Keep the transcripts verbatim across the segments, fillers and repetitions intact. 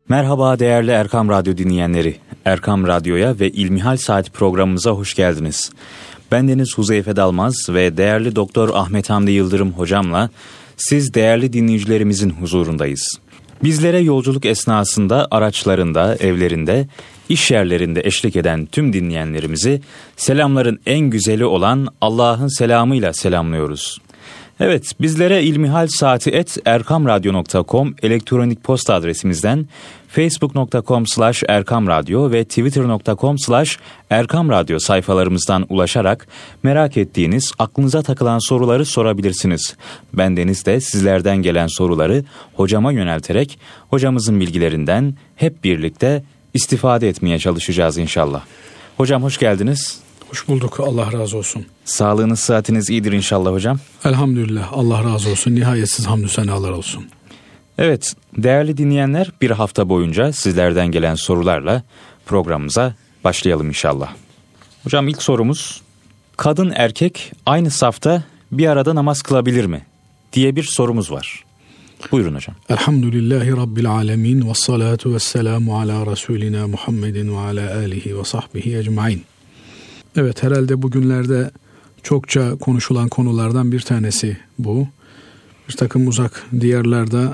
Merhaba değerli Erkam Radyo dinleyenleri. Erkam Radyo'ya ve İlmihal Saati programımıza hoş geldiniz. Bendeniz Huzeyfe Dalmaz ve değerli Doktor Ahmet Hamdi Yıldırım hocamla siz değerli dinleyicilerimizin huzurundayız. Bizlere yolculuk esnasında araçlarında, evlerinde, iş yerlerinde eşlik eden tüm dinleyenlerimizi selamların en güzeli olan Allah'ın selamıyla selamlıyoruz. Evet, bizlere ilmihal saati et erkamradyo nokta com elektronik posta adresimizden, facebook nokta com slash erkamradyo ve twitter nokta com slash erkamradyo sayfalarımızdan ulaşarak merak ettiğiniz, aklınıza takılan soruları sorabilirsiniz. Bendeniz de sizlerden gelen soruları hocama yönelterek hocamızın bilgilerinden hep birlikte istifade etmeye çalışacağız inşallah. Hocam hoş geldiniz. Hoş bulduk. Allah razı olsun. Sağlığınız, sıhhatiniz iyidir inşallah hocam. Elhamdülillah. Allah razı olsun. Nihayetsiz hamdü senalar olsun. Evet, değerli dinleyenler, bir hafta boyunca sizlerden gelen sorularla programımıza başlayalım inşallah. Hocam ilk sorumuz, kadın erkek aynı safta bir arada namaz kılabilir mi diye bir sorumuz var. Buyurun hocam. Elhamdülillahi Rabbil alemin ve salatu ve selamu ala Resulina Muhammedin ve ala alihi ve sahbihi ecmain. Evet, herhalde bugünlerde çokça konuşulan konulardan bir tanesi bu. Bir takım uzak diyarlarda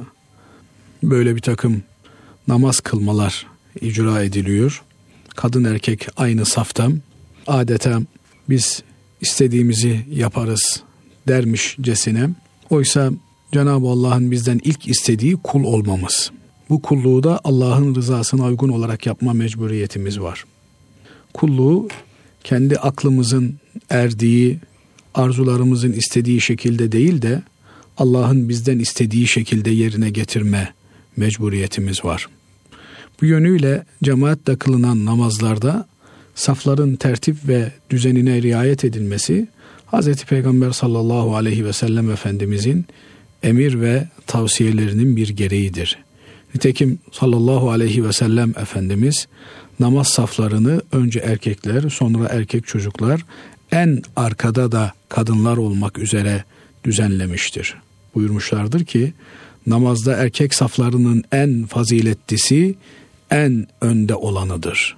böyle bir takım namaz kılmalar icra ediliyor. Kadın erkek aynı safta, adeta biz istediğimizi yaparız dermişcesine. Oysa Cenab-ı Allah'ın bizden ilk istediği kul olmamız. Bu kulluğu da Allah'ın rızasına uygun olarak yapma mecburiyetimiz var. Kulluğu kendi aklımızın erdiği, arzularımızın istediği şekilde değil de Allah'ın bizden istediği şekilde yerine getirme mecburiyetimiz var. Bu yönüyle cemaatle kılınan namazlarda safların tertip ve düzenine riayet edilmesi Hz. Peygamber sallallahu aleyhi ve sellem Efendimizin emir ve tavsiyelerinin bir gereğidir. Nitekim sallallahu aleyhi ve sellem Efendimiz namaz saflarını önce erkekler, sonra erkek çocuklar, en arkada da kadınlar olmak üzere düzenlemiştir. Buyurmuşlardır ki, namazda erkek saflarının en faziletlisi en önde olanıdır.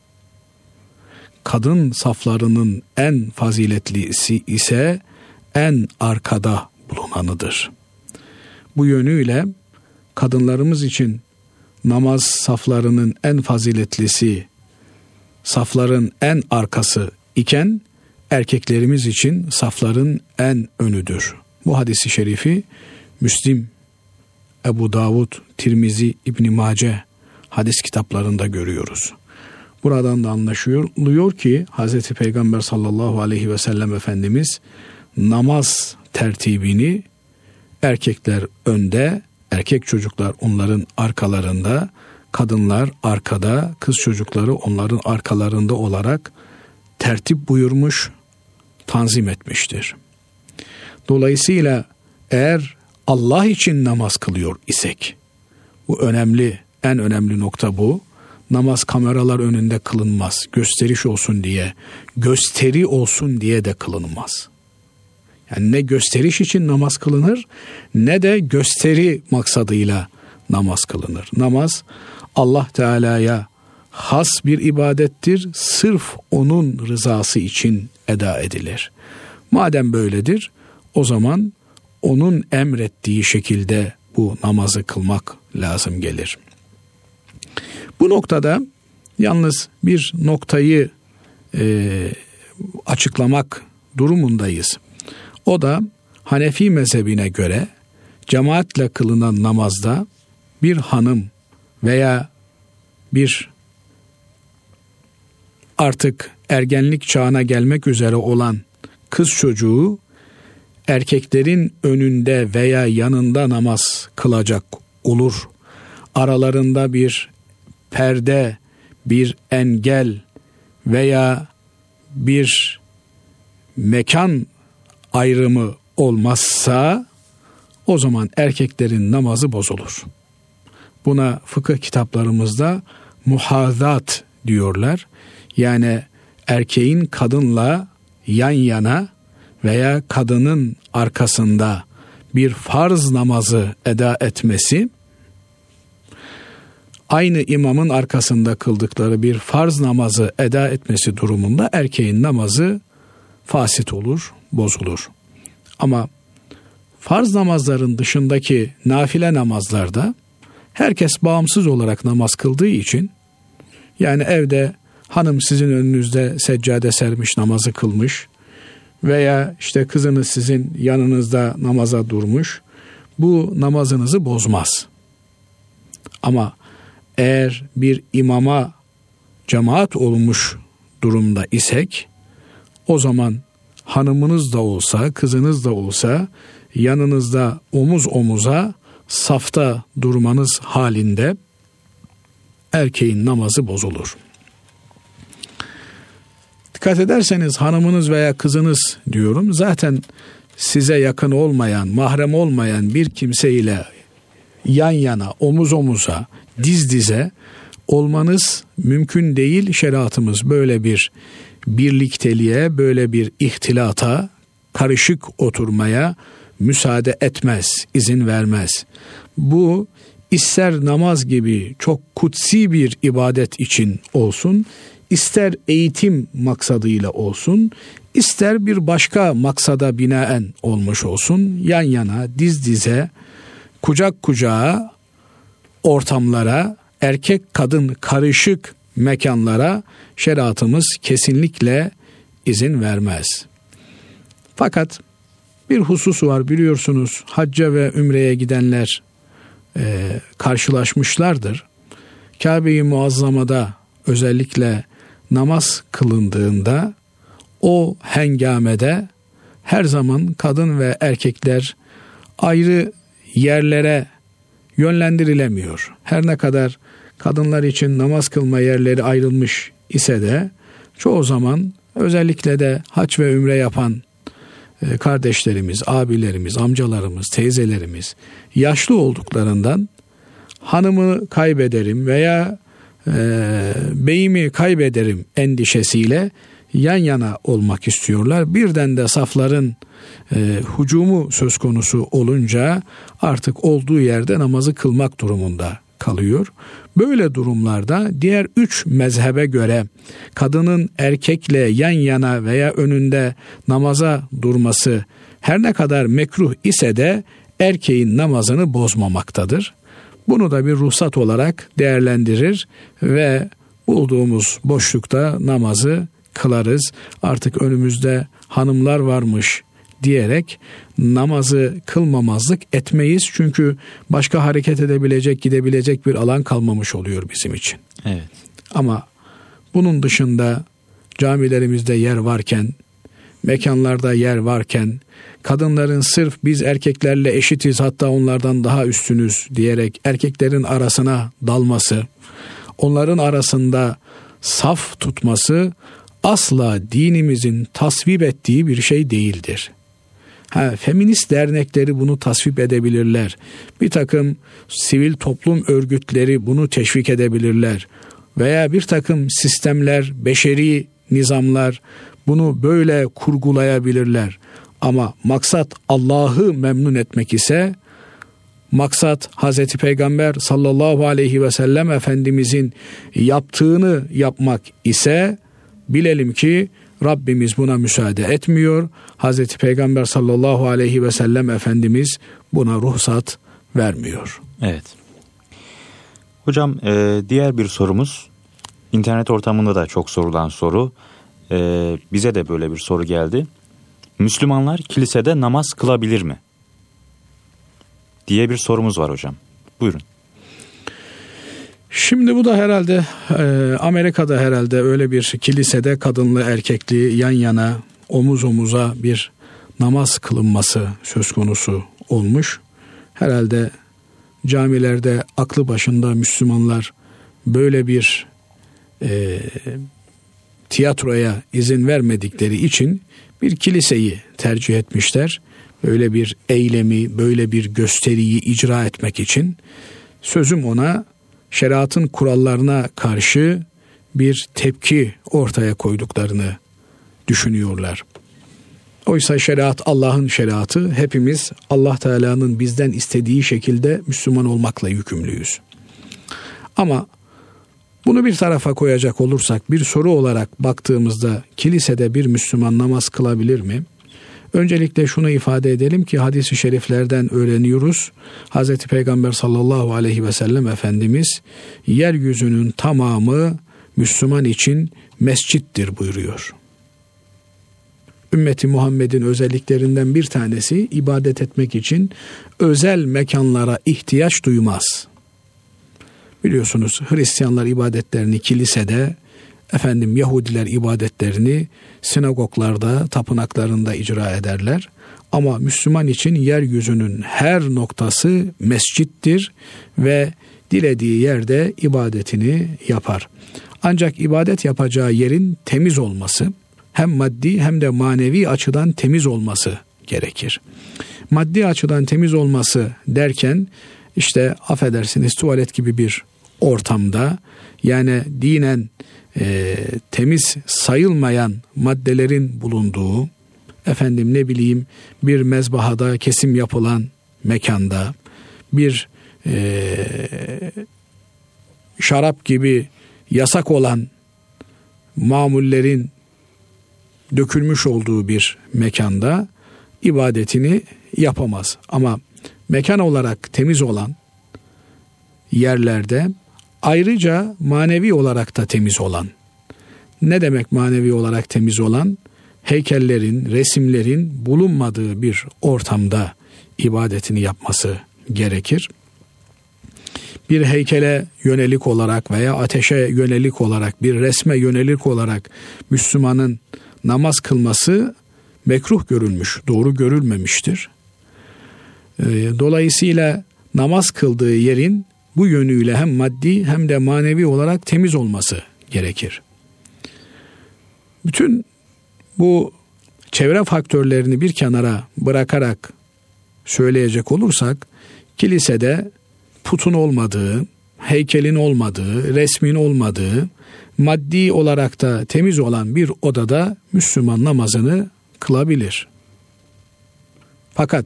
Kadın saflarının en faziletlisi ise en arkada bulunanıdır. Bu yönüyle kadınlarımız için namaz saflarının en faziletlisi, safların en arkası iken erkeklerimiz için safların en önüdür. Bu hadisi şerifi Müslim, Ebu Davud, Tirmizi, İbn-i Mace hadis kitaplarında görüyoruz. Buradan da anlaşılıyor ki Hz. Peygamber sallallahu aleyhi ve sellem Efendimiz namaz tertibini erkekler önde, erkek çocuklar onların arkalarında, kadınlar arkada, kız çocukları onların arkalarında olarak tertip buyurmuş, tanzim etmiştir. Dolayısıyla eğer Allah için namaz kılıyor isek, bu önemli, en önemli nokta bu. Namaz kameralar önünde kılınmaz. Gösteriş olsun diye, gösteri olsun diye de kılınmaz. Yani ne gösteriş için namaz kılınır, ne de gösteri maksadıyla namaz kılınır. Namaz Allah Teala'ya has bir ibadettir. Sırf onun rızası için eda edilir. Madem böyledir, o zaman onun emrettiği şekilde bu namazı kılmak lazım gelir. Bu noktada yalnız bir noktayı e, açıklamak durumundayız. O da Hanefi mezhebine göre cemaatle kılınan namazda bir hanım veya bir artık ergenlik çağına gelmek üzere olan kız çocuğu erkeklerin önünde veya yanında namaz kılacak olur. Aralarında bir perde, bir engel veya bir mekan ayrımı olmazsa o zaman erkeklerin namazı bozulur. Buna fıkıh kitaplarımızda muhazat diyorlar. Yani erkeğin kadınla yan yana veya kadının arkasında bir farz namazı eda etmesi aynı imamın arkasında kıldıkları bir farz namazı eda etmesi durumunda erkeğin namazı fasit olur, bozulur. Ama farz namazların dışındaki nafile namazlarda herkes bağımsız olarak namaz kıldığı için, yani evde hanım sizin önünüzde seccade sermiş namazı kılmış veya işte kızınız sizin yanınızda namaza durmuş, bu namazınızı bozmaz. Ama eğer bir imama cemaat olmuş durumda isek, o zaman hanımınız da olsa, kızınız da olsa yanınızda omuz omuza safta durmanız halinde erkeğin namazı bozulur. Dikkat ederseniz hanımınız veya kızınız diyorum, zaten size yakın olmayan, mahrem olmayan bir kimseyle yan yana, omuz omuza, diz dize olmanız mümkün değil. Şeriatımız böyle bir birlikteliğe, böyle bir ihtilata, karışık oturmaya müsaade etmez, izin vermez. Bu ister namaz gibi çok kutsi bir ibadet için olsun, ister eğitim maksadıyla olsun, ister bir başka maksada binaen olmuş olsun, yan yana, diz dize, kucak kucağa ortamlara, erkek kadın karışık mekanlara şeriatımız kesinlikle izin vermez. Fakat bir husus var, biliyorsunuz, hacca ve ümreye gidenler e, karşılaşmışlardır. Kabe-i Muazzama'da özellikle namaz kılındığında o hengamede her zaman kadın ve erkekler ayrı yerlere yönlendirilemiyor. Her ne kadar kadınlar için namaz kılma yerleri ayrılmış ise de çoğu zaman özellikle de hac ve ümre yapan kardeşlerimiz, abilerimiz, amcalarımız, teyzelerimiz yaşlı olduklarından hanımı kaybederim veya e, beyimi kaybederim endişesiyle yan yana olmak istiyorlar. Birden de safların e, hücumu söz konusu olunca artık olduğu yerde namazı kılmak durumunda kalıyor. Böyle durumlarda diğer üç mezhebe göre kadının erkekle yan yana veya önünde namaza durması her ne kadar mekruh ise de erkeğin namazını bozmamaktadır. Bunu da bir ruhsat olarak değerlendirir ve bulduğumuz boşlukta namazı kılarız. Artık önümüzde hanımlar varmış diyerek namazı kılmamazlık etmeyiz. Çünkü başka hareket edebilecek, gidebilecek bir alan kalmamış oluyor bizim için. Evet. Ama bunun dışında camilerimizde yer varken, mekanlarda yer varken, kadınların sırf biz erkeklerle eşitiz, hatta onlardan daha üstünüz diyerek erkeklerin arasına dalması, onların arasında saf tutması asla dinimizin tasvip ettiği bir şey değildir. Ha, feminist dernekleri bunu tasvip edebilirler. Bir takım sivil toplum örgütleri bunu teşvik edebilirler. Veya bir takım sistemler, beşeri nizamlar bunu böyle kurgulayabilirler. Ama maksat Allah'ı memnun etmek ise, maksat Hazreti Peygamber sallallahu aleyhi ve sellem Efendimizin yaptığını yapmak ise bilelim ki Rabbimiz buna müsaade etmiyor. Hazreti Peygamber sallallahu aleyhi ve sellem Efendimiz buna ruhsat vermiyor. Evet. Hocam diğer bir sorumuz, internet ortamında da çok sorulan soru. Bize de böyle bir soru geldi. Müslümanlar kilisede namaz kılabilir mi? Diye bir sorumuz var hocam. Buyurun. Şimdi bu da herhalde e, Amerika'da herhalde öyle bir kilisede kadınlı erkekli yan yana omuz omuza bir namaz kılınması söz konusu olmuş. Herhalde camilerde aklı başında Müslümanlar böyle bir e, tiyatroya izin vermedikleri için bir kiliseyi tercih etmişler. Böyle bir eylemi, böyle bir gösteriyi icra etmek için sözüm ona şeriatın kurallarına karşı bir tepki ortaya koyduklarını düşünüyorlar. Oysa şeriat Allah'ın şeriatı, hepimiz Allah Teala'nın bizden istediği şekilde Müslüman olmakla yükümlüyüz. Ama bunu bir tarafa koyacak olursak, bir soru olarak baktığımızda kilisede bir Müslüman namaz kılabilir mi? Öncelikle şunu ifade edelim ki hadis-i şeriflerden öğreniyoruz. Hazreti Peygamber sallallahu aleyhi ve sellem Efendimiz yeryüzünün tamamı Müslüman için mescittir buyuruyor. Ümmeti Muhammed'in özelliklerinden bir tanesi ibadet etmek için özel mekanlara ihtiyaç duymaz. Biliyorsunuz Hristiyanlar ibadetlerini kilisede, efendim Yahudiler ibadetlerini sinagoglarda, tapınaklarında icra ederler. Ama Müslüman için yeryüzünün her noktası mescittir ve dilediği yerde ibadetini yapar. Ancak ibadet yapacağı yerin temiz olması, hem maddi hem de manevi açıdan temiz olması gerekir. Maddi açıdan temiz olması derken işte affedersiniz tuvalet gibi bir ortamda, yani dinen e, temiz sayılmayan maddelerin bulunduğu, efendim ne bileyim bir mezbahada kesim yapılan mekanda, bir e, şarap gibi yasak olan mamullerin dökülmüş olduğu bir mekanda ibadetini yapamaz. Ama mekan olarak temiz olan yerlerde ayrıca manevi olarak da temiz olan, ne demek manevi olarak temiz olan? Heykellerin, resimlerin bulunmadığı bir ortamda ibadetini yapması gerekir. Bir heykele yönelik olarak veya ateşe yönelik olarak, bir resme yönelik olarak Müslümanın namaz kılması mekruh görülmüş, doğru görülmemiştir. Dolayısıyla namaz kıldığı yerin bu yönüyle hem maddi hem de manevi olarak temiz olması gerekir. Bütün bu çevre faktörlerini bir kenara bırakarak söyleyecek olursak, kilisede putun olmadığı, heykelin olmadığı, resmin olmadığı, maddi olarak da temiz olan bir odada Müslüman namazını kılabilir. Fakat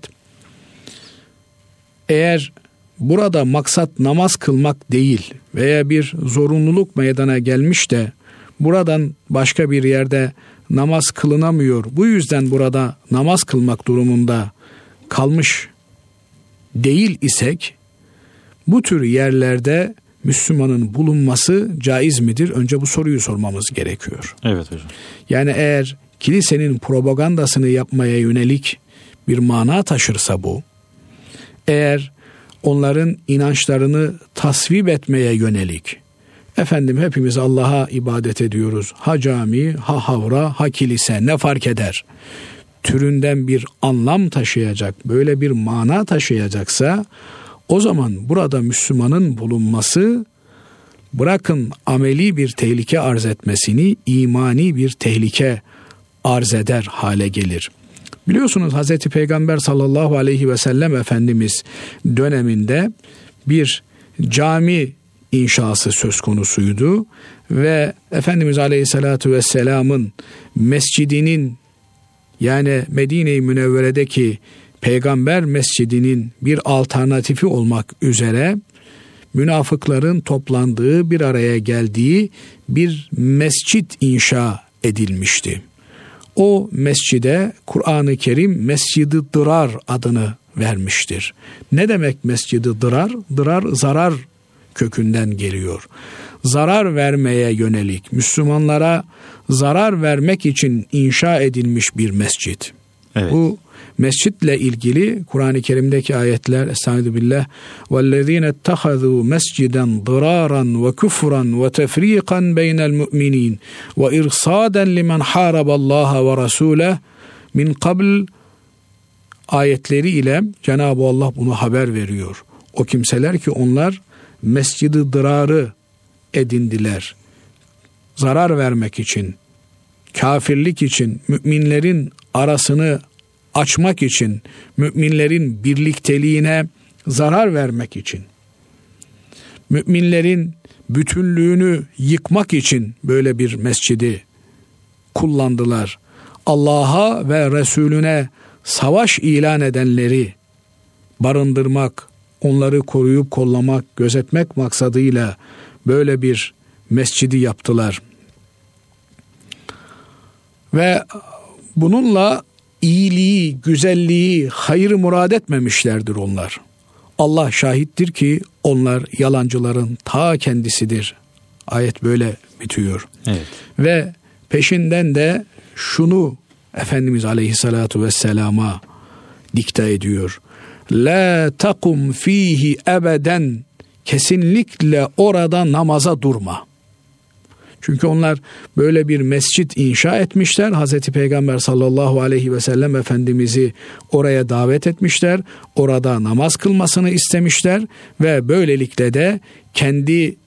eğer burada maksat namaz kılmak değil veya bir zorunluluk meydana gelmiş de buradan başka bir yerde namaz kılınamıyor, bu yüzden burada namaz kılmak durumunda kalmış değil isek, bu tür yerlerde Müslümanın bulunması caiz midir? Önce bu soruyu sormamız gerekiyor. Evet hocam. Yani eğer kilisenin propagandasını yapmaya yönelik bir mana taşırsa bu, eğer onların inançlarını tasvip etmeye yönelik, efendim hepimiz Allah'a ibadet ediyoruz, ha cami, ha havra, ha kilise ne fark eder türünden bir anlam taşıyacak, böyle bir mana taşıyacaksa, o zaman burada Müslümanın bulunması, bırakın ameli bir tehlike arz etmesini, imani bir tehlike arz eder hale gelir. Biliyorsunuz Hazreti Peygamber sallallahu aleyhi ve sellem Efendimiz döneminde bir cami inşası söz konusuydu ve Efendimiz aleyhissalatu vesselamın mescidinin, yani Medine-i Münevvere'deki Peygamber mescidinin bir alternatifi olmak üzere münafıkların toplandığı, bir araya geldiği bir mescit inşa edilmişti. O mescide Kur'an-ı Kerim Mescid-i Dırar adını vermiştir. Ne demek Mescid-i Dırar? Dırar zarar kökünden geliyor. Zarar vermeye yönelik, Müslümanlara zarar vermek için inşa edilmiş bir mescit. Evet. Bu mescitle ilgili Kur'an-ı Kerim'deki ayetler, Estaizu billah, وَالَّذ۪ينَ اتَّخَذُوا مَسْجِدًا ضِرَارًا وَكُفْرًا وَتَفْر۪يقًا بَيْنَ الْمُؤْمِنِينَ وَاِرْصَادًا لِمَنْ حَارَبَ اللّٰهَ وَرَسُولَهُ min qabl ayetleri ile Cenab-ı Allah bunu haber veriyor. O kimseler ki onlar mescid-i dırarı edindiler. Zarar vermek için, kafirlik için, müminlerin arasını açmak için, müminlerin birlikteliğine zarar vermek için, müminlerin bütünlüğünü yıkmak için böyle bir mescidi kullandılar. Allah'a ve Resulüne savaş ilan edenleri barındırmak, onları koruyup kollamak, gözetmek maksadıyla böyle bir mescidi yaptılar. Ve bununla iyiliği, güzelliği, hayrı murad etmemişlerdir onlar. Allah şahittir ki onlar yalancıların ta kendisidir. Ayet böyle bitiyor. Evet. Ve peşinden de şunu Efendimiz Aleyhissalatu vesselama dikte ediyor. La takum fihi ebeden, kesinlikle orada namaza durma. Çünkü onlar böyle bir mescit inşa etmişler. Hazreti Peygamber sallallahu aleyhi ve sellem Efendimiz'i oraya davet etmişler. Orada namaz kılmasını istemişler ve böylelikle de kendi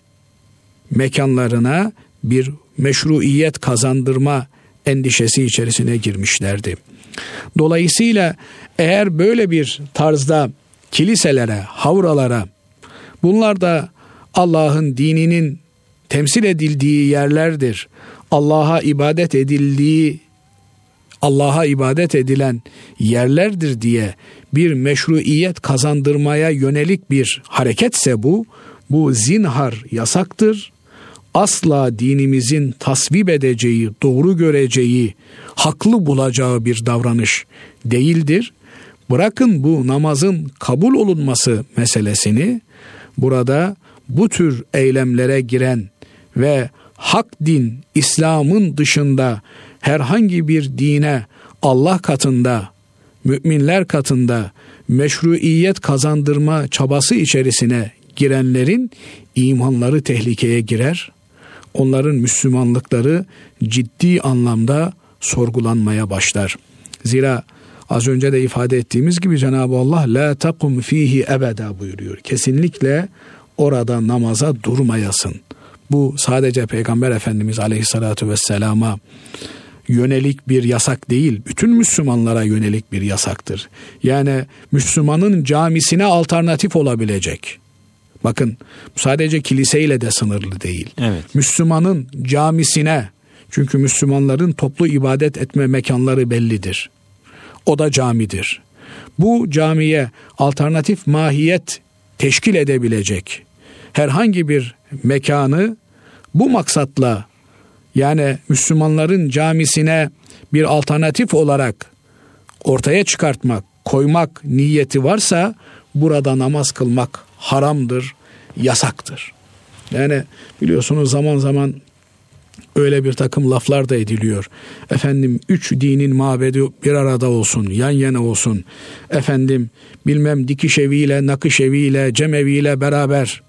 mekanlarına bir meşruiyet kazandırma endişesi içerisine girmişlerdi. Dolayısıyla eğer böyle bir tarzda kiliselere, havralara, bunlar da Allah'ın dininin temsil edildiği yerlerdir, Allah'a ibadet edildiği, Allah'a ibadet edilen yerlerdir diye bir meşruiyet kazandırmaya yönelik bir hareketse bu, bu zinhar yasaktır. Asla dinimizin tasvip edeceği, doğru göreceği, haklı bulacağı bir davranış değildir. Bırakın bu namazın kabul olunması meselesini, burada bu tür eylemlere giren ve hak din, İslam'ın dışında herhangi bir dine Allah katında, müminler katında meşruiyet kazandırma çabası içerisine girenlerin imanları tehlikeye girer. Onların Müslümanlıkları ciddi anlamda sorgulanmaya başlar. Zira az önce de ifade ettiğimiz gibi Cenab-ı Allah la takum fihi ebeda buyuruyor. Kesinlikle orada namaza durmayasın. Bu sadece Peygamber Efendimiz Aleyhissalatu vesselama yönelik bir yasak değil, bütün Müslümanlara yönelik bir yasaktır. Yani Müslümanın camisine alternatif olabilecek. Bakın, sadece kiliseyle de sınırlı değil. Evet. Müslümanın camisine, çünkü Müslümanların toplu ibadet etme mekanları bellidir. O da camidir. Bu camiye alternatif mahiyet teşkil edebilecek herhangi bir mekanı bu maksatla, yani Müslümanların camisine bir alternatif olarak ortaya çıkartmak, koymak niyeti varsa burada namaz kılmak haramdır, yasaktır. Yani biliyorsunuz zaman zaman öyle bir takım laflar da ediliyor. Efendim üç dinin mabedi bir arada olsun, yan yana olsun. Efendim bilmem dikiş eviyle, nakış eviyle, cem eviyle beraber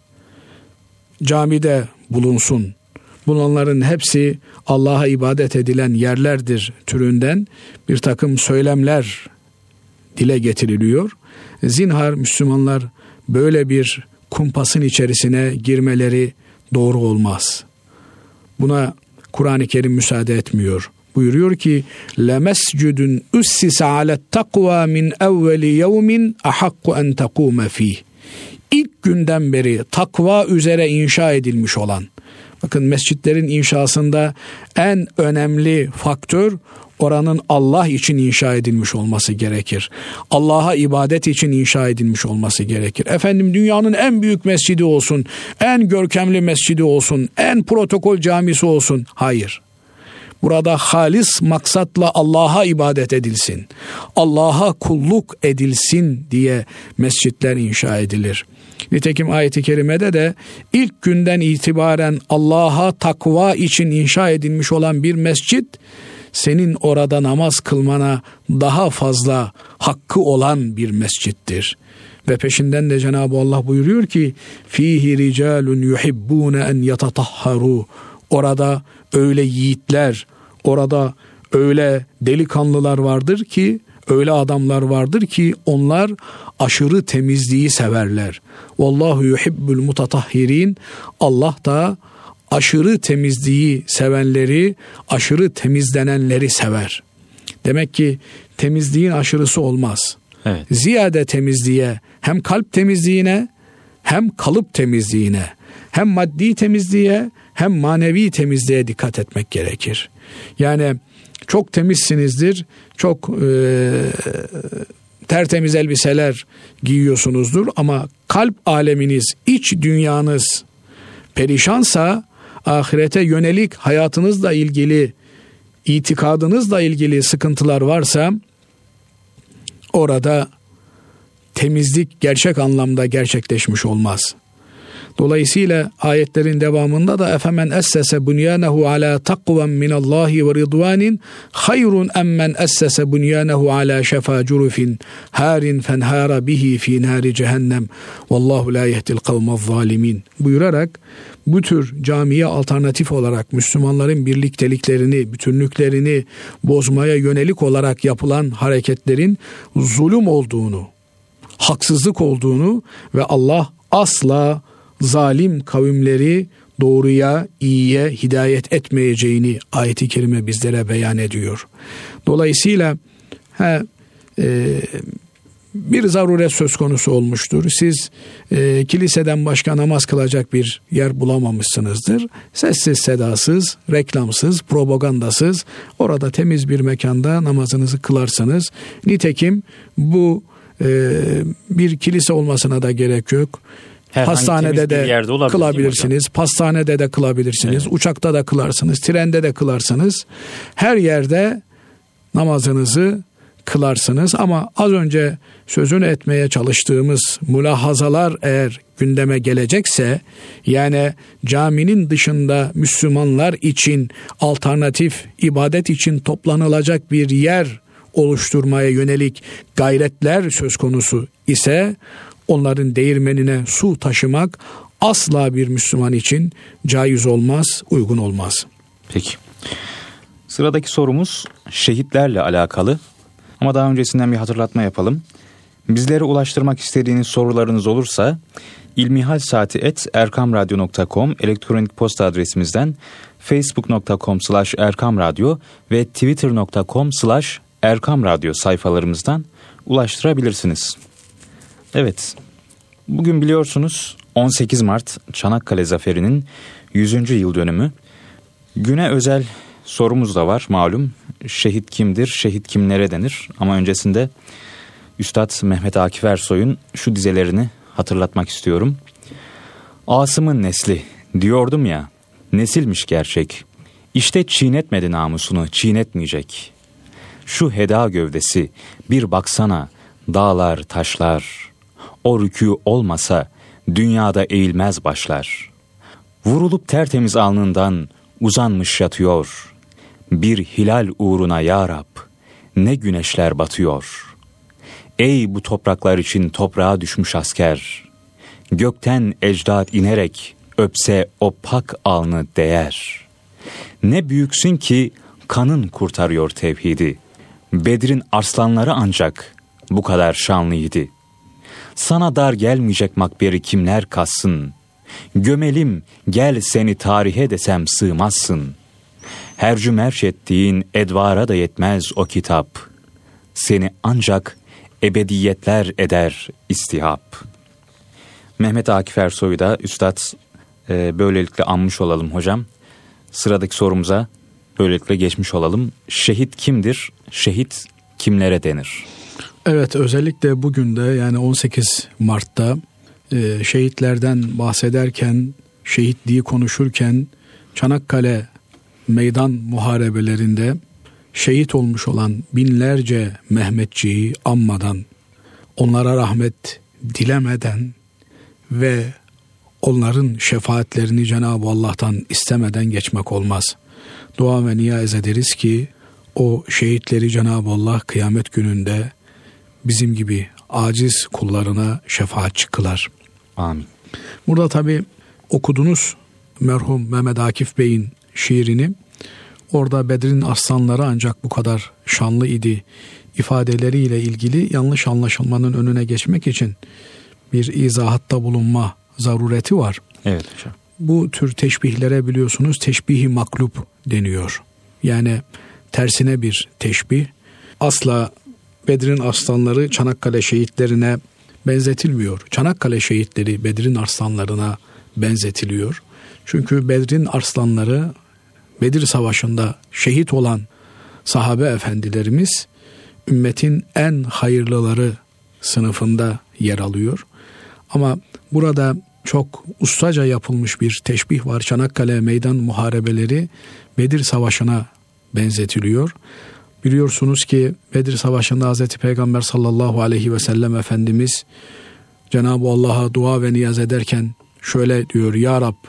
camide bulunsun. Bunların hepsi Allah'a ibadet edilen yerlerdir türünden bir takım söylemler dile getiriliyor. Zinhar Müslümanlar böyle bir kumpasın içerisine girmeleri doğru olmaz. Buna Kur'an-ı Kerim müsaade etmiyor. Buyuruyor ki لَمَسْجُدٌ اُسِّسَ عَلَى التَّقْوَى مِنْ اَوَّلِ يَوْمٍ اَحَقُّ اَنْ تَقُومَ ف۪يهِ. İlk günden beri takva üzere inşa edilmiş olan, bakın mescitlerin inşasında en önemli faktör oranın Allah için inşa edilmiş olması gerekir. Allah'a ibadet için inşa edilmiş olması gerekir. Efendim dünyanın en büyük mescidi olsun, en görkemli mescidi olsun, en protokol camisi olsun. Hayır. Burada halis maksatla Allah'a ibadet edilsin, Allah'a kulluk edilsin diye mescitler inşa edilir. Nitekim ayet-i kerimede de ilk günden itibaren Allah'a takva için inşa edilmiş olan bir mescit, senin orada namaz kılmana daha fazla hakkı olan bir mescittir. Ve peşinden de Cenab-ı Allah buyuruyor ki fihi ricalun yuhibbune en yatatahharu. Orada öyle yiğitler, orada öyle delikanlılar vardır ki, öyle adamlar vardır ki onlar aşırı temizliği severler. Vallahu yuhibbul mutatahhirin. Allah da aşırı temizliği sevenleri, aşırı temizlenenleri sever. Demek ki temizliğin aşırısı olmaz. Evet. Ziyade temizliğe, hem kalp temizliğine, hem kalıp temizliğine, hem maddi temizliğe, hem manevi temizliğe dikkat etmek gerekir. Yani çok temizsinizdir, çok e, tertemiz elbiseler giyiyorsunuzdur ama kalp aleminiz, iç dünyanız perişansa, ahirete yönelik hayatınızla ilgili, itikadınızla ilgili sıkıntılar varsa, orada temizlik gerçek anlamda gerçekleşmiş olmaz. Dolayısıyla ayetlerin devamında da efemen essese bunyanehu ala takven minallahi ve ridvanin hayrun emmen essese bunyanehu ala şefa curufin harin fenhara bihi fi nari cehennem vallahu la yehdil kavmez zalimin buyurarak bu tür camiye alternatif olarak Müslümanların birlikteliklerini, bütünlüklerini bozmaya yönelik olarak yapılan hareketlerin zulüm olduğunu, haksızlık olduğunu ve Allah asla zalim kavimleri doğruya, iyiye hidayet etmeyeceğini ayet-i kerime bizlere beyan ediyor. Dolayısıyla he, e, bir zaruret söz konusu olmuştur. Siz e, kiliseden başka namaz kılacak bir yer bulamamışsınızdır. Sessiz, sedasız, reklamsız, propagandasız orada temiz bir mekanda namazınızı kılarsınız. Nitekim bu e, bir kilise olmasına da gerek yok. Herhangi hastanede de kılabilirsiniz, pastanede de kılabilirsiniz, evet. Uçakta da kılarsınız, trende de kılarsınız. Her yerde namazınızı kılarsınız ama az önce sözünü etmeye çalıştığımız mülahazalar eğer gündeme gelecekse, yani caminin dışında Müslümanlar için alternatif ibadet için toplanılacak bir yer oluşturmaya yönelik gayretler söz konusu ise, onların değirmenine su taşımak asla bir Müslüman için caiz olmaz, uygun olmaz. Peki. Sıradaki sorumuz şehitlerle alakalı. Ama daha öncesinden bir hatırlatma yapalım. Bizlere ulaştırmak istediğiniz sorularınız olursa ilmihalsaati et erkamradyo nokta com elektronik posta adresimizden, facebook nokta com slash erkamradyo ve twitter nokta com slash erkamradyo sayfalarımızdan ulaştırabilirsiniz. Evet, bugün biliyorsunuz on sekiz Mart Çanakkale Zaferi'nin yüzüncü yıl dönümü. Güne özel sorumuz da var malum. Şehit kimdir, şehit kimlere denir? Ama öncesinde Üstad Mehmet Akif Ersoy'un şu dizelerini hatırlatmak istiyorum. Asım'ın nesli diyordum ya, nesilmiş gerçek. İşte çiğnetmedi namusunu, çiğnetmeyecek. Şu heda gövdesi bir baksana, dağlar taşlar. O rükû olmasa dünyada eğilmez başlar. Vurulup tertemiz alnından uzanmış yatıyor. Bir hilal uğruna ya Rab, ne güneşler batıyor. Ey bu topraklar için toprağa düşmüş asker. Gökten ecdat inerek öpse o pak alnı değer. Ne büyüksün ki kanın kurtarıyor tevhidi. Bedir'in arslanları ancak bu kadar şanlıydı. Sana dar gelmeyecek makberi kimler kassın? Gömelim gel seni tarihe desem sığmazsın. Hercü merç ettiğin edvara da yetmez o kitap. Seni ancak ebediyetler eder istihap. Mehmet Akif Ersoy'u da Üstad e, böylelikle anmış olalım hocam. Sıradaki sorumuza böylelikle geçmiş olalım. Şehit kimdir? Şehit kimlere denir? Evet, özellikle bugün de yani on sekiz Mart'ta e, şehitlerden bahsederken, şehitliği konuşurken Çanakkale meydan muharebelerinde şehit olmuş olan binlerce Mehmetçiyi anmadan, onlara rahmet dilemeden ve onların şefaatlerini Cenab-ı Allah'tan istemeden geçmek olmaz. Dua ve niyaz ederiz ki o şehitleri Cenab-ı Allah kıyamet gününde bizim gibi aciz kullarına şefaatçi kılar. Amin. Burada tabii okudunuz merhum Mehmet Akif Bey'in şiirini. Orada Bedir'in aslanları ancak bu kadar şanlı idi ifadeleriyle ilgili yanlış anlaşılmanın önüne geçmek için bir izahatta bulunma zarureti var. Evet hocam. Bu tür teşbihlere biliyorsunuz teşbih-i maklub deniyor. Yani tersine bir teşbih. Asla Bedir'in aslanları Çanakkale şehitlerine benzetilmiyor. Çanakkale şehitleri Bedir'in arslanlarına benzetiliyor. Çünkü Bedir'in arslanları, Bedir Savaşı'nda şehit olan sahabe efendilerimiz ümmetin en hayırlıları sınıfında yer alıyor. Ama burada çok ustaca yapılmış bir teşbih var. Çanakkale Meydan Muharebeleri Bedir Savaşı'na benzetiliyor. Biliyorsunuz ki Bedir Savaşı'nda Hazreti Peygamber sallallahu aleyhi ve sellem Efendimiz Cenab-ı Allah'a dua ve niyaz ederken şöyle diyor: Ya Rab,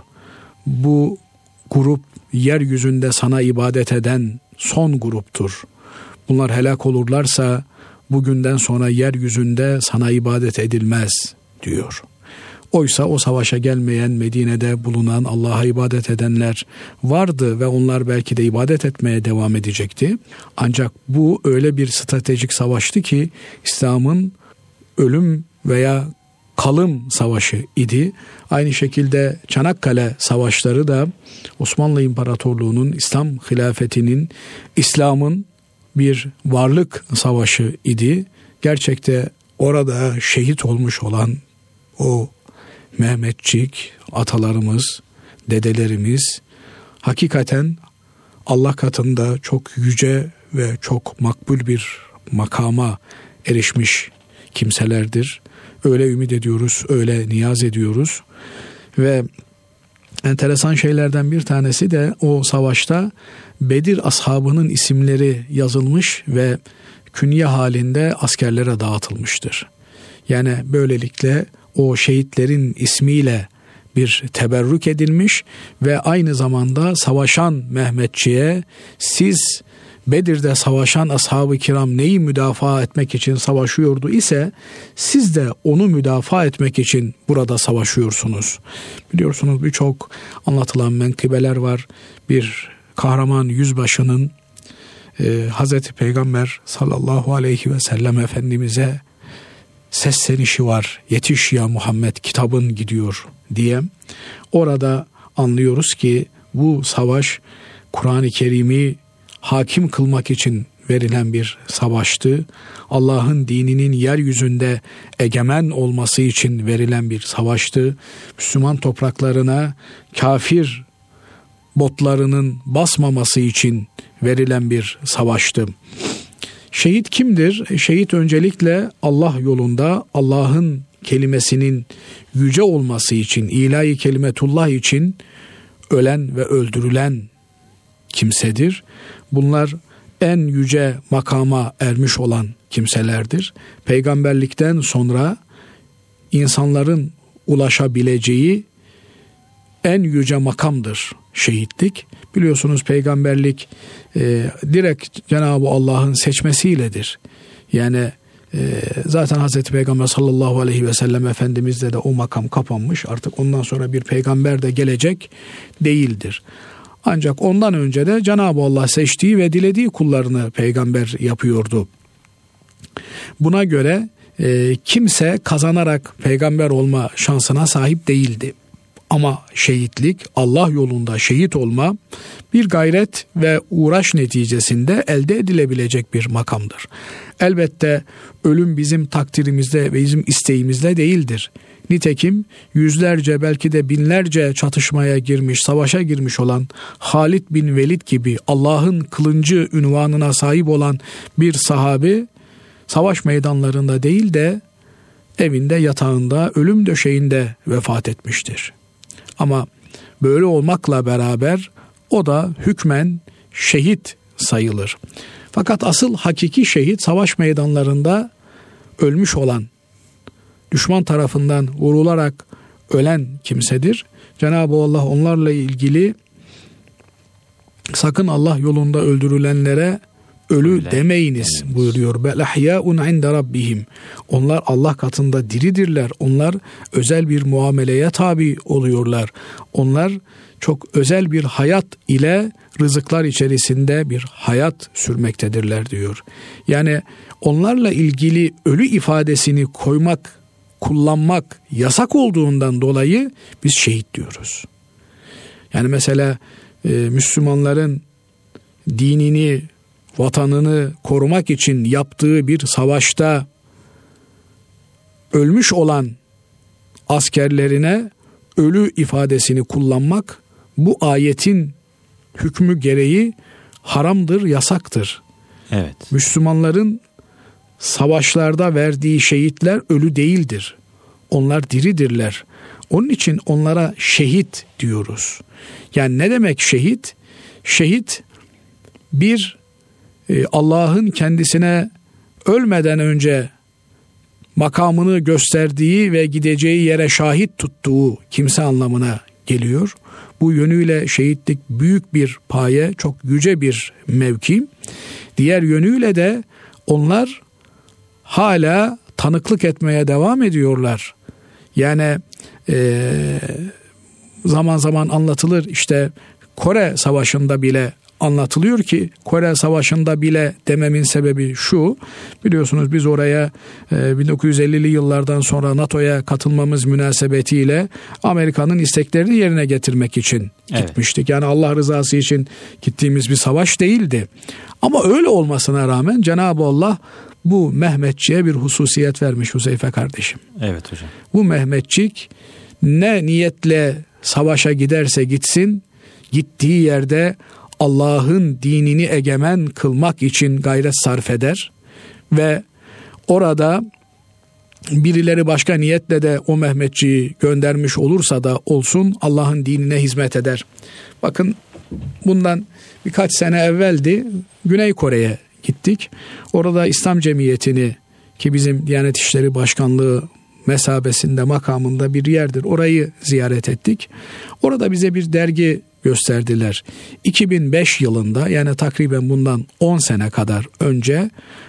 bu grup yeryüzünde sana ibadet eden son gruptur. Bunlar helak olurlarsa bugünden sonra yeryüzünde sana ibadet edilmez diyor. Oysa o savaşa gelmeyen, Medine'de bulunan, Allah'a ibadet edenler vardı ve onlar belki de ibadet etmeye devam edecekti. Ancak bu öyle bir stratejik savaştı ki İslam'ın ölüm veya kalım savaşı idi. Aynı şekilde Çanakkale savaşları da Osmanlı İmparatorluğu'nun, İslam hilafetinin, İslam'ın bir varlık savaşı idi. Gerçekte orada şehit olmuş olan o Mehmetçik atalarımız, dedelerimiz hakikaten Allah katında çok yüce ve çok makbul bir makama erişmiş kimselerdir. Öyle ümit ediyoruz, öyle niyaz ediyoruz. Ve enteresan şeylerden bir tanesi de o savaşta Bedir ashabının isimleri yazılmış ve künye halinde askerlere dağıtılmıştır. Yani böylelikle o şehitlerin ismiyle bir teberrük edilmiş ve aynı zamanda savaşan Mehmetçiğe siz Bedir'de savaşan ashab-ı kiram neyi müdafaa etmek için savaşıyordu ise siz de onu müdafaa etmek için burada savaşıyorsunuz. Biliyorsunuz birçok anlatılan menkıbeler var. Bir kahraman yüzbaşının e, Hazreti Peygamber sallallahu aleyhi ve sellem Efendimiz'e seslenişi var. Yetiş ya Muhammed, kitabın gidiyor diye. Orada anlıyoruz ki bu savaş Kur'an-ı Kerim'i hakim kılmak için verilen bir savaştı. Allah'ın dininin yeryüzünde egemen olması için verilen bir savaştı. Müslüman topraklarına kafir botlarının basmaması için verilen bir savaştı. Şehit kimdir? Şehit öncelikle Allah yolunda Allah'ın kelimesinin yüce olması için, ilahi kelimetullah için ölen ve öldürülen kimsedir. Bunlar en yüce makama ermiş olan kimselerdir. Peygamberlikten sonra insanların ulaşabileceği en yüce makamdır şehitlik. Biliyorsunuz peygamberlik e, direkt Cenab-ı Allah'ın seçmesiyledir. Yani e, zaten Hazreti Peygamber sallallahu aleyhi ve sellem Efendimiz'de de o makam kapanmış. Artık ondan sonra bir peygamber de gelecek değildir. Ancak ondan önce de Cenab-ı Allah seçtiği ve dilediği kullarını peygamber yapıyordu. Buna göre e, kimse kazanarak peygamber olma şansına sahip değildi. Ama şehitlik, Allah yolunda şehit olma bir gayret ve uğraş neticesinde elde edilebilecek bir makamdır. Elbette ölüm bizim takdirimizde ve bizim isteğimizde değildir. Nitekim yüzlerce belki de binlerce çatışmaya girmiş, savaşa girmiş olan Halid bin Velid gibi Allah'ın kılıncı ünvanına sahip olan bir sahabi savaş meydanlarında değil de evinde, yatağında, ölüm döşeğinde vefat etmiştir. Ama böyle olmakla beraber o da hükmen şehit sayılır. Fakat asıl hakiki şehit savaş meydanlarında ölmüş olan, düşman tarafından vurularak ölen kimsedir. Cenab-ı Allah onlarla ilgili sakın Allah yolunda öldürülenlere ölü Öyle demeyiniz demeyiniz. buyuruyor. Bel ahyaun inde rabbihim. Onlar Allah katında diridirler. Onlar özel bir muameleye tabi oluyorlar. Onlar çok özel bir hayat ile rızıklar içerisinde bir hayat sürmektedirler diyor. Yani onlarla ilgili ölü ifadesini koymak, kullanmak yasak olduğundan dolayı biz şehit diyoruz. Yani mesela e, Müslümanların dinini, vatanını korumak için yaptığı bir savaşta ölmüş olan askerlerine ölü ifadesini kullanmak bu ayetin hükmü gereği haramdır, yasaktır. Evet. Müslümanların savaşlarda verdiği şehitler ölü değildir. Onlar diridirler. Onun için onlara şehit diyoruz. Yani ne demek şehit? Şehit bir e, Allah'ın kendisine ölmeden önce makamını gösterdiği ve gideceği yere şahit tuttuğu kimse anlamına geliyor. Bu yönüyle şehitlik büyük bir paye, çok yüce bir mevki. Diğer yönüyle de onlar hala tanıklık etmeye devam ediyorlar. Yani e, zaman zaman anlatılır, işte Kore Savaşı'nda bile anlatılıyor ki, Kore Savaşı'nda bile dememin sebebi şu: biliyorsunuz biz oraya e, bin dokuz yüz ellili yıllardan sonra NATO'ya katılmamız münasebetiyle Amerika'nın isteklerini yerine getirmek için evet. gitmiştik. Yani Allah rızası için gittiğimiz bir savaş değildi. Ama öyle olmasına rağmen Cenab-ı Allah bu Mehmetçiğe bir hususiyet vermiş Huzeyfe kardeşim. Evet hocam. Bu Mehmetçik ne niyetle savaşa giderse gitsin, gittiği yerde Allah'ın dinini egemen kılmak için gayret sarf eder ve orada birileri başka niyetle de o Mehmetçiyi göndermiş olursa da olsun Allah'ın dinine hizmet eder. Bakın, bundan birkaç sene evveldi, Güney Kore'ye gittik. Orada İslam Cemiyeti'ni, ki bizim Diyanet İşleri Başkanlığı mesabesinde, makamında bir yerdir, orayı ziyaret ettik. Orada bize bir dergi gösterdiler. iki bin beş yılında, yani takriben bundan on sene kadar önce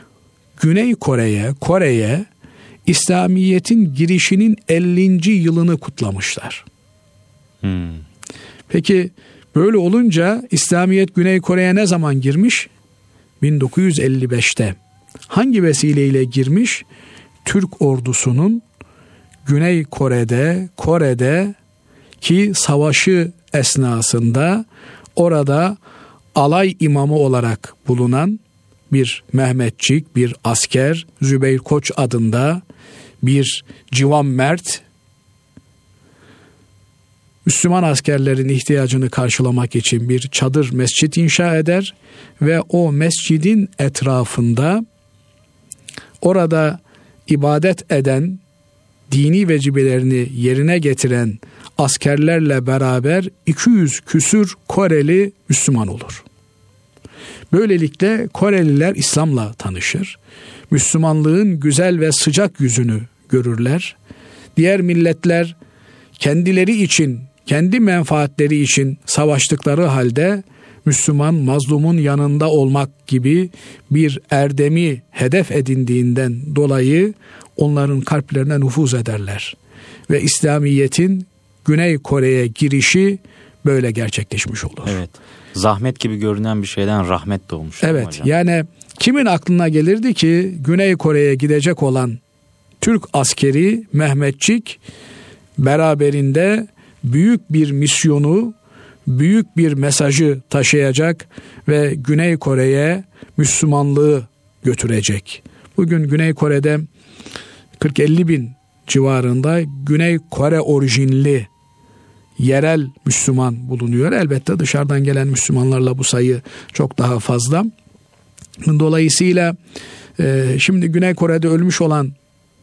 Güney Kore'ye, Kore'ye İslamiyet'in girişinin ellinci yılını kutlamışlar. Hmm. Peki böyle olunca İslamiyet Güney Kore'ye ne zaman girmiş? bin dokuz yüz elli beşte. Hangi vesileyle girmiş? Türk ordusunun Güney Kore'de, Kore'de ki savaşı esnasında orada alay imamı olarak bulunan bir Mehmetçik, bir asker, Zübeyir Koç adında bir civan mert, Müslüman askerlerin ihtiyacını karşılamak için bir çadır mescit inşa eder ve o mescidin etrafında orada ibadet eden, dini vecibelerini yerine getiren askerlerle beraber iki yüz küsür Koreli Müslüman olur. Böylelikle Koreliler İslam'la tanışır. Müslümanlığın güzel ve sıcak yüzünü görürler. Diğer milletler kendileri için, kendi menfaatleri için savaştıkları halde Müslüman mazlumun yanında olmak gibi bir erdemi hedef edindiğinden dolayı onların kalplerine nüfuz ederler. Ve İslamiyet'in Güney Kore'ye girişi böyle gerçekleşmiş olur. Evet. Zahmet gibi görünen bir şeyden rahmet doğmuş. Evet. Hocam. Yani kimin aklına gelirdi ki Güney Kore'ye gidecek olan Türk askeri Mehmetçik beraberinde büyük bir misyonu, büyük bir mesajı taşıyacak ve Güney Kore'ye Müslümanlığı götürecek. Bugün Güney Kore'de kırk elli bin civarında Güney Kore orijinli yerel Müslüman bulunuyor. Elbette dışarıdan gelen Müslümanlarla bu sayı çok daha fazla. Dolayısıyla e, şimdi Güney Kore'de ölmüş olan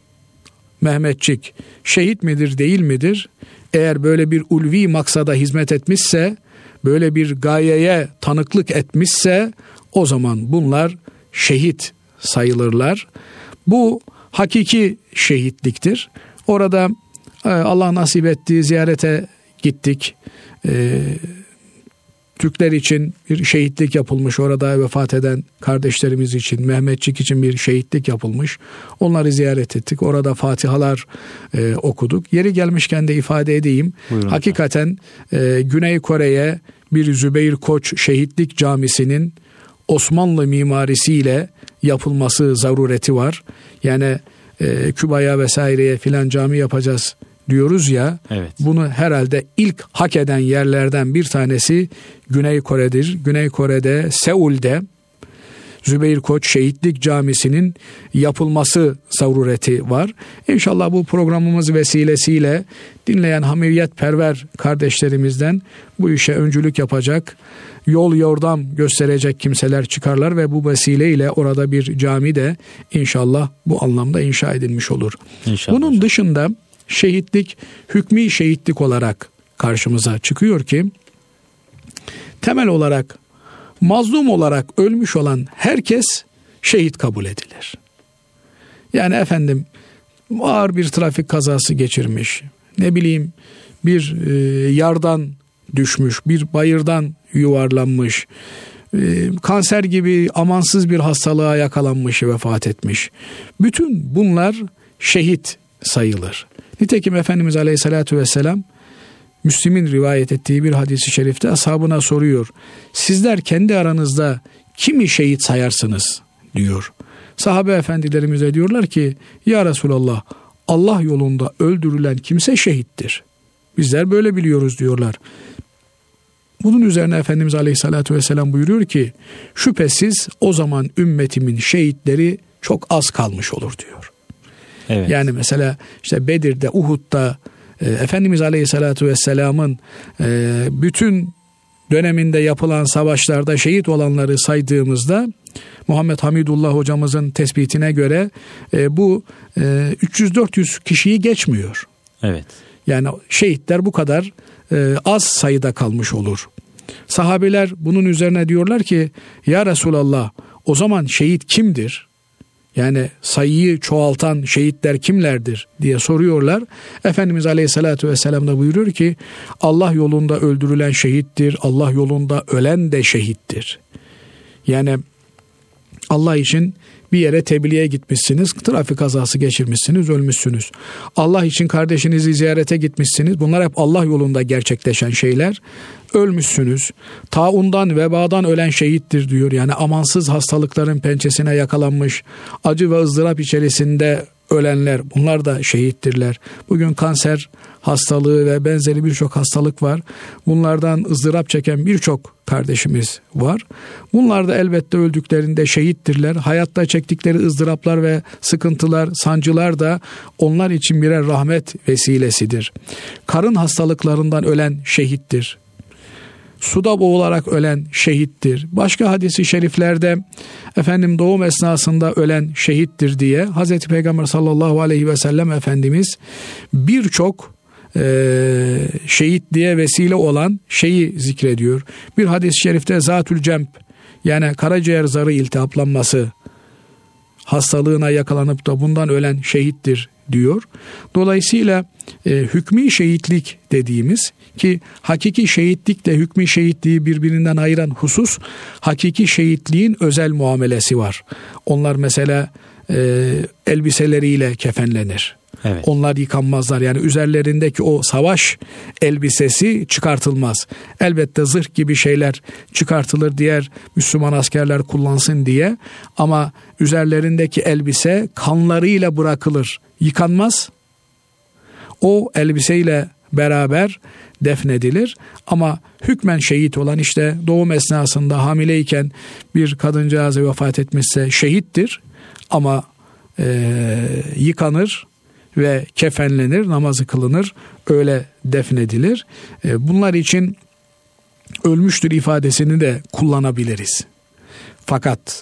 Mehmetçik şehit midir, değil midir? Eğer böyle bir ulvi maksada hizmet etmişse, böyle bir gayeye tanıklık etmişse o zaman bunlar şehit sayılırlar. Bu hakiki şehitliktir. Orada Allah nasip ettiği ziyarete gittik. Ee, Türkler için bir şehitlik yapılmış. Orada vefat eden kardeşlerimiz için, Mehmetçik için bir şehitlik yapılmış. Onları ziyaret ettik. Orada fatihalar e, okuduk. Yeri gelmişken de ifade edeyim. Buyurun. Hakikaten e, Güney Kore'ye bir Zübeyir Koç Şehitlik Camisi'nin Osmanlı mimarisiyle yapılması zarureti var. Yani e, Küba'ya vesaireye filan cami yapacağız diyoruz ya, evet. Bunu herhalde ilk hak eden yerlerden bir tanesi Güney Kore'dir. Güney Kore'de, Seul'de Zübeyir Koç Şehitlik Camisi'nin yapılması zarureti var. İnşallah bu programımız vesilesiyle dinleyen hamiyetperver kardeşlerimizden bu işe öncülük yapacak, yol yordam gösterecek kimseler çıkarlar ve bu vesileyle orada bir cami de inşallah bu anlamda inşa edilmiş olur. İnşallah. Bunun dışında şehitlik, hükmü şehitlik olarak karşımıza çıkıyor ki, temel olarak mazlum olarak ölmüş olan herkes şehit kabul edilir. Yani efendim ağır bir trafik kazası geçirmiş, ne bileyim bir e, yardan düşmüş, bir bayırdan yuvarlanmış, e, kanser gibi amansız bir hastalığa yakalanmış, vefat etmiş. Bütün bunlar şehit sayılır. Nitekim Efendimiz Aleyhisselatü Vesselam Müslim'in rivayet ettiği bir hadis-i şerifte ashabına soruyor. Sizler kendi aranızda kimi şehit sayarsınız diyor. Sahabe efendilerimize diyorlar ki ya Resulallah, Allah yolunda öldürülen kimse şehittir. Bizler böyle biliyoruz diyorlar. Bunun üzerine Efendimiz Aleyhisselatü Vesselam buyuruyor ki şüphesiz o zaman ümmetimin şehitleri çok az kalmış olur diyor. Evet. Yani mesela işte Bedir'de, Uhud'da e, Efendimiz Aleyhisselatü Vesselam'ın e, bütün döneminde yapılan savaşlarda şehit olanları saydığımızda Muhammed Hamidullah hocamızın tespitine göre e, bu e, üç yüz dört yüz kişiyi geçmiyor. Evet. Yani şehitler bu kadar e, az sayıda kalmış olur. Sahabeler bunun üzerine diyorlar ki ya Resulallah, o zaman şehit kimdir? Yani sayıyı çoğaltan şehitler kimlerdir diye soruyorlar. Efendimiz Aleyhisselatü Vesselam da buyuruyor ki Allah yolunda öldürülen şehittir, Allah yolunda ölen de şehittir. Yani Allah için bir yere tebliğe gitmişsiniz, trafik kazası geçirmişsiniz, ölmüşsünüz. Allah için kardeşinizi ziyarete gitmişsiniz. Bunlar hep Allah yolunda gerçekleşen şeyler. Ölmüşsünüz. Taundan, vebadan ölen şehittir diyor. Yani amansız hastalıkların pençesine yakalanmış, acı ve ızdırap içerisinde ölenler, bunlar da şehittirler. Bugün kanser hastalığı ve benzeri birçok hastalık var. Bunlardan ızdırap çeken birçok kardeşimiz var. Bunlar da elbette öldüklerinde şehittirler. Hayatta çektikleri ızdıraplar ve sıkıntılar, sancılar da onlar için birer rahmet vesilesidir. Karın hastalıklarından ölen şehittir. Suda boğularak ölen şehittir. Başka hadis-i şeriflerde efendim doğum esnasında ölen şehittir diye Hazreti Peygamber sallallahu aleyhi ve sellem Efendimiz birçok e, şehitliğe vesile olan şeyi zikrediyor. Bir hadis-i şerifte zatül cemp, yani karaciğer zarı iltihaplanması hastalığına yakalanıp da bundan ölen şehittir diyor. Dolayısıyla e, hükmü şehitlik dediğimiz, ki hakiki şehitlikle hükmü şehitliği birbirinden ayıran husus, hakiki şehitliğin özel muamelesi var. Onlar mesela e, elbiseleriyle kefenlenir. Evet. Onlar yıkanmazlar. Yani üzerlerindeki o savaş elbisesi çıkartılmaz. Elbette zırh gibi şeyler çıkartılır, diğer Müslüman askerler kullansın diye, ama üzerlerindeki elbise kanlarıyla bırakılır, yıkanmaz. O elbiseyle beraber defnedilir. Ama hükmen şehit olan, işte doğum esnasında hamileyken bir kadıncağızı vefat etmişse şehittir, ama e, yıkanır ve kefenlenir, namazı kılınır, öyle defnedilir. E, bunlar için ölmüştür ifadesini de kullanabiliriz. Fakat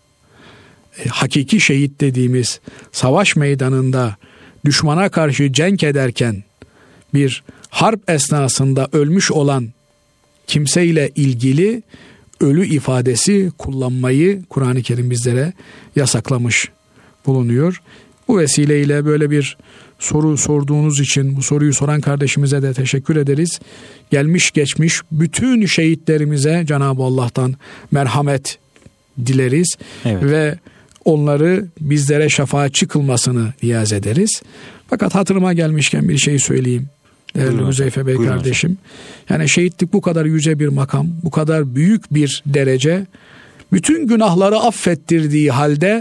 e, hakiki şehit dediğimiz, savaş meydanında düşmana karşı cenk ederken bir harp esnasında ölmüş olan kimseyle ilgili ölü ifadesi kullanmayı Kur'an-ı Kerim bizlere yasaklamış bulunuyor. Bu vesileyle böyle bir soru sorduğunuz için bu soruyu soran kardeşimize de teşekkür ederiz. Gelmiş geçmiş bütün şehitlerimize Cenab-ı Allah'tan merhamet dileriz. Evet. Ve onları bizlere şefaatçi kılmasını niyaz ederiz. Fakat hatırıma gelmişken bir şey söyleyeyim. Değerli Huzeyfe Bey Buyurun kardeşim. Hocam. Yani şehitlik bu kadar yüce bir makam, bu kadar büyük bir derece. Bütün günahları affettirdiği halde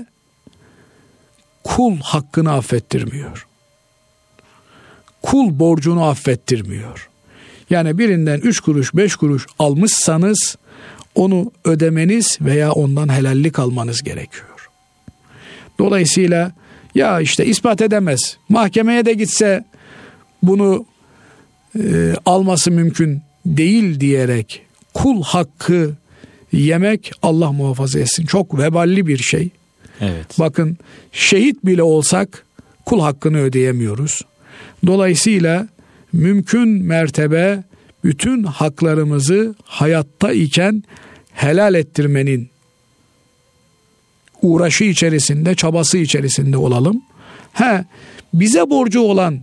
kul hakkını affettirmiyor. Kul borcunu affettirmiyor. Yani birinden üç kuruş, beş kuruş almışsanız onu ödemeniz veya ondan helallik almanız gerekiyor. Dolayısıyla ya işte ispat edemez, mahkemeye de gitse bunu e, alması mümkün değil diyerek kul hakkı yemek, Allah muhafaza etsin, çok veballi bir şey. Evet. Bakın, şehit bile olsak kul hakkını ödeyemiyoruz. Dolayısıyla mümkün mertebe bütün haklarımızı hayatta iken helal ettirmenin uğraşı içerisinde, çabası içerisinde olalım. He, bize borcu olan,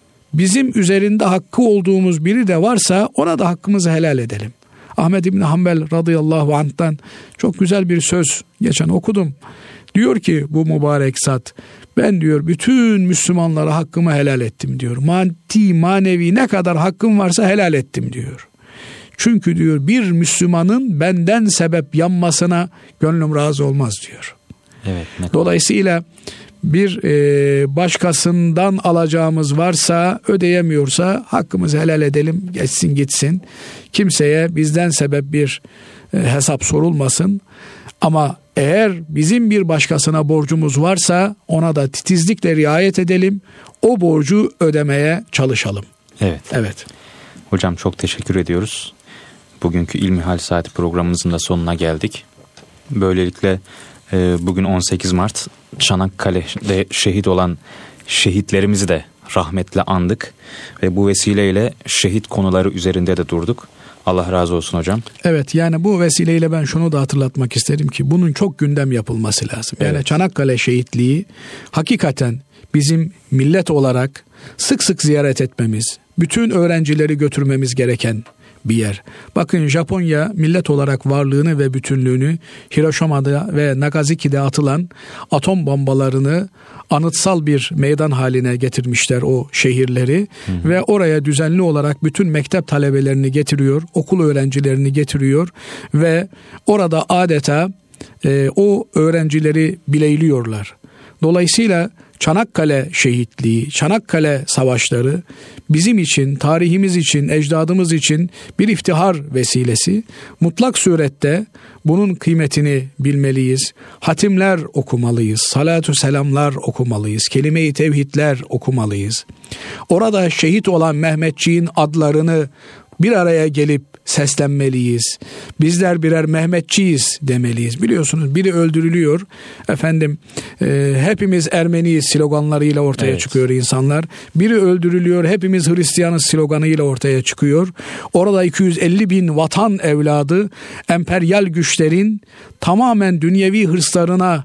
bizim üzerinde hakkı olduğumuz biri de varsa ona da hakkımızı helal edelim. Ahmed İbni Hanbel radıyallahu anh'tan çok güzel bir söz geçen okudum. Diyor ki bu mübarek zat, ben diyor bütün Müslümanlara hakkımı helal ettim diyor. Maddi manevi ne kadar hakkım varsa helal ettim diyor. Çünkü diyor bir Müslümanın benden sebep yanmasına gönlüm razı olmaz diyor. Evet. Dolayısıyla bir e, başkasından alacağımız varsa, ödeyemiyorsa hakkımızı helal edelim, geçsin gitsin. Kimseye bizden sebep bir e, hesap sorulmasın. Ama eğer bizim bir başkasına borcumuz varsa ona da titizlikle riayet edelim. O borcu ödemeye çalışalım. Evet. Evet. Hocam çok teşekkür ediyoruz. Bugünkü İlmihal Saati programımızın da sonuna geldik. Böylelikle e, bugün on sekiz Mart Çanakkale'de şehit olan şehitlerimizi de rahmetle andık. Ve bu vesileyle şehit konuları üzerinde de durduk. Allah razı olsun hocam. Evet, yani bu vesileyle ben şunu da hatırlatmak isterim ki bunun çok gündem yapılması lazım. Yani evet. Çanakkale şehitliği hakikaten bizim millet olarak sık sık ziyaret etmemiz, bütün öğrencileri götürmemiz gereken bir yer. Bakın, Japonya millet olarak varlığını ve bütünlüğünü Hiroşima'da ve Nagasaki'de atılan atom bombalarını anıtsal bir meydan haline getirmişler o şehirleri. Hı hı. Ve oraya düzenli olarak bütün mektep talebelerini getiriyor, okul öğrencilerini getiriyor ve orada adeta e, o öğrencileri bileyliyorlar. Dolayısıyla Çanakkale şehitliği, Çanakkale savaşları bizim için, tarihimiz için, ecdadımız için bir iftihar vesilesi. Mutlak surette bunun kıymetini bilmeliyiz. Hatimler okumalıyız, salatü selamlar okumalıyız, kelime-i tevhidler okumalıyız. Orada şehit olan Mehmetçiğin adlarını bir araya gelip seslenmeliyiz. Bizler birer Mehmetçiyiz demeliyiz. Biliyorsunuz biri öldürülüyor. Efendim e, hepimiz Ermeniyiz sloganlarıyla ortaya evet. çıkıyor insanlar. Biri öldürülüyor. Hepimiz Hristiyanız sloganıyla ortaya çıkıyor. Orada iki yüz elli bin vatan evladı emperyal güçlerin tamamen dünyevi hırslarına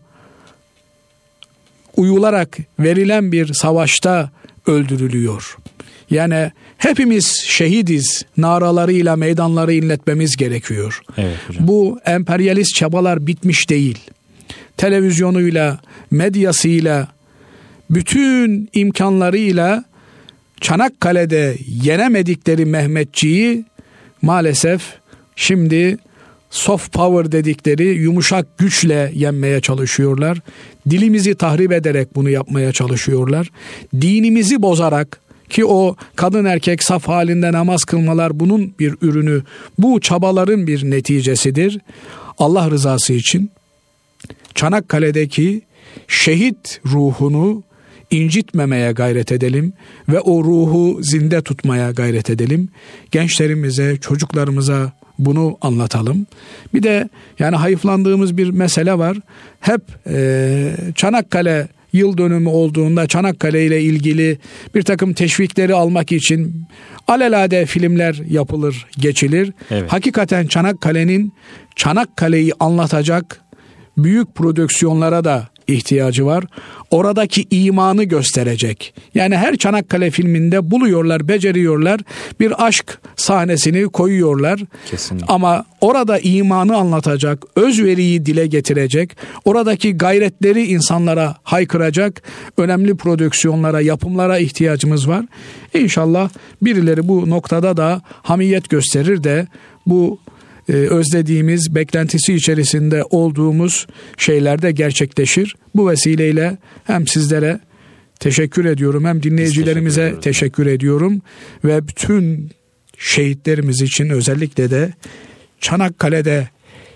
uyularak verilen bir savaşta öldürülüyor. Yani hepimiz şehidiz naralarıyla meydanları inletmemiz gerekiyor. Evet hocam. Bu emperyalist çabalar bitmiş değil. Televizyonuyla, medyasıyla, bütün imkanlarıyla Çanakkale'de yenemedikleri Mehmetçiği maalesef şimdi soft power dedikleri yumuşak güçle yenmeye çalışıyorlar. Dilimizi tahrip ederek bunu yapmaya çalışıyorlar. Dinimizi bozarak, ki o kadın erkek saf halinde namaz kılmalar bunun bir ürünü, bu çabaların bir neticesidir. Allah rızası için Çanakkale'deki şehit ruhunu incitmemeye gayret edelim ve o ruhu zinde tutmaya gayret edelim. Gençlerimize, çocuklarımıza bunu anlatalım. Bir de yani hayıflandığımız bir mesele var. Hep e, Çanakkale yıl dönümü olduğunda Çanakkale ile ilgili bir takım teşvikleri almak için alelade filmler yapılır, geçilir. Evet. Hakikaten Çanakkale'nin Çanakkale'yi anlatacak büyük prodüksiyonlara da ihtiyacı var. Oradaki imanı gösterecek. Yani her Çanakkale filminde buluyorlar, beceriyorlar. Bir aşk sahnesini koyuyorlar. Kesinlikle. Ama orada imanı anlatacak, özveriyi dile getirecek, oradaki gayretleri insanlara haykıracak önemli prodüksiyonlara, yapımlara ihtiyacımız var. İnşallah birileri bu noktada da hamiyet gösterir de bu Ee, özlediğimiz, beklentisi içerisinde olduğumuz şeyler de gerçekleşir. Bu vesileyle hem sizlere teşekkür ediyorum, hem dinleyicilerimize teşekkür, teşekkür ediyorum ve bütün şehitlerimiz için özellikle de Çanakkale'de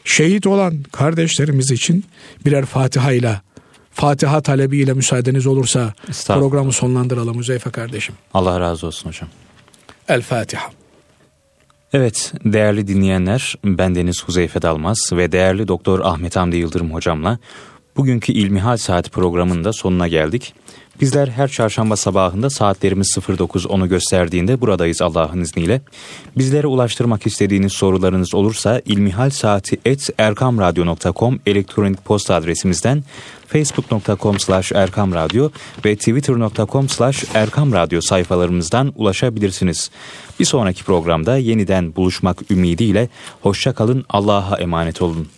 şehit olan kardeşlerimiz için birer Fatiha ile, Fatiha talebiyle müsaadeniz olursa programı sonlandıralım Huzeyfe kardeşim. Allah razı olsun hocam. El Fatiha. Evet değerli dinleyenler, bendeniz Huzeyfe Dalmaz ve değerli Doktor Ahmet Hamdi Yıldırım hocamla bugünkü İlmihal Saati programının da sonuna geldik. Bizler her çarşamba sabahında saatlerimiz sıfır dokuz onu gösterdiğinde buradayız Allah'ın izniyle. Bizlere ulaştırmak istediğiniz sorularınız olursa ilmihalsaati et erkamradyo nokta com elektronik posta adresimizden, facebook nokta com slash erkamradyo ve twitter nokta com slash erkamradyo sayfalarımızdan ulaşabilirsiniz. Bir sonraki programda yeniden buluşmak ümidiyle hoşça kalın, Allah'a emanet olun.